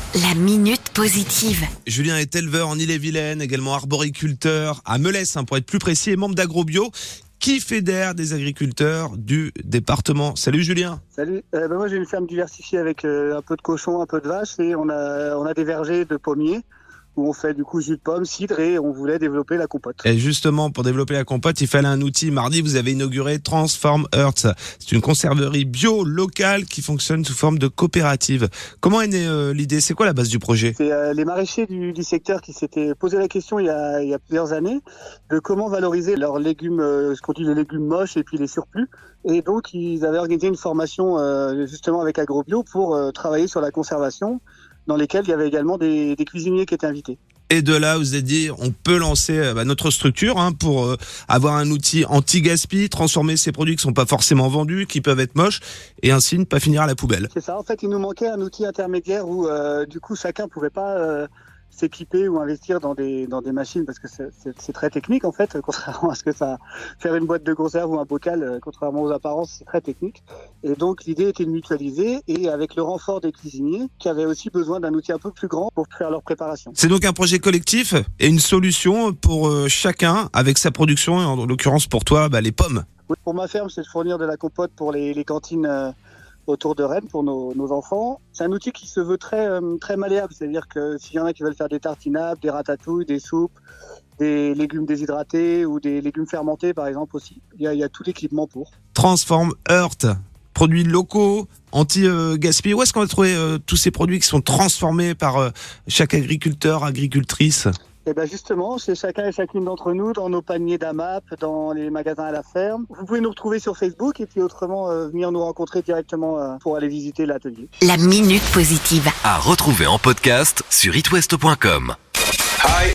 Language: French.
La minute positive. Julien est éleveur en Ille-et-Vilaine, également arboriculteur à Melesse, pour être plus précis, et membre d'AgroBio, qui fédère des agriculteurs du département. Salut Julien. Salut, moi j'ai une ferme diversifiée avec un peu de cochons, un peu de vaches et on a des vergers de pommiers où on fait du coup jus de pomme, cidre et on voulait développer la compote. Et justement, pour développer la compote, il fallait un outil. Mardi, vous avez inauguré Transform Earth. C'est une conserverie bio locale qui fonctionne sous forme de coopérative. Comment est née l'idée? C'est quoi la base du projet? C'est les maraîchers du secteur qui s'étaient posé la question il y a plusieurs années de comment valoriser leurs légumes, ce qu'on dit les légumes moches et puis les surplus. Et donc ils avaient organisé une formation justement avec AgroBio pour travailler sur la conservation, dans lesquels il y avait également des cuisiniers qui étaient invités. Et de là, vous vous êtes dit, on peut lancer notre structure pour avoir un outil anti-gaspi, transformer ces produits qui sont pas forcément vendus, qui peuvent être moches, et ainsi ne pas finir à la poubelle. C'est ça, en fait, il nous manquait un outil intermédiaire où du coup chacun pouvait pas s'équiper ou investir dans des machines parce que c'est très technique en fait, contrairement à ce que ça faire une boîte de conserve ou un bocal, contrairement aux apparences, c'est très technique. Et donc l'idée était de mutualiser et avec le renfort des cuisiniers qui avaient aussi besoin d'un outil un peu plus grand pour faire leur préparation. C'est donc un projet collectif et une solution pour chacun avec sa production, en l'occurrence pour toi, les pommes. Oui, pour ma ferme, c'est de fournir de la compote pour les cantines autour de Rennes pour nos enfants. C'est un outil qui se veut très malléable, c'est-à-dire que s'il y en a qui veulent faire des tartinables, des ratatouilles, des soupes, des légumes déshydratés ou des légumes fermentés par exemple aussi, il y a tout l'équipement pour. Transform Earth, produits locaux, anti-gaspi. Où est-ce qu'on va trouver tous ces produits qui sont transformés par chaque agriculteur, agricultrice? Et bien justement, c'est chacun et chacune d'entre nous dans nos paniers d'AMAP, dans les magasins à la ferme. Vous pouvez nous retrouver sur Facebook et puis autrement venir nous rencontrer directement pour aller visiter l'atelier. La minute positive. À retrouver en podcast sur itwest.com. Hi,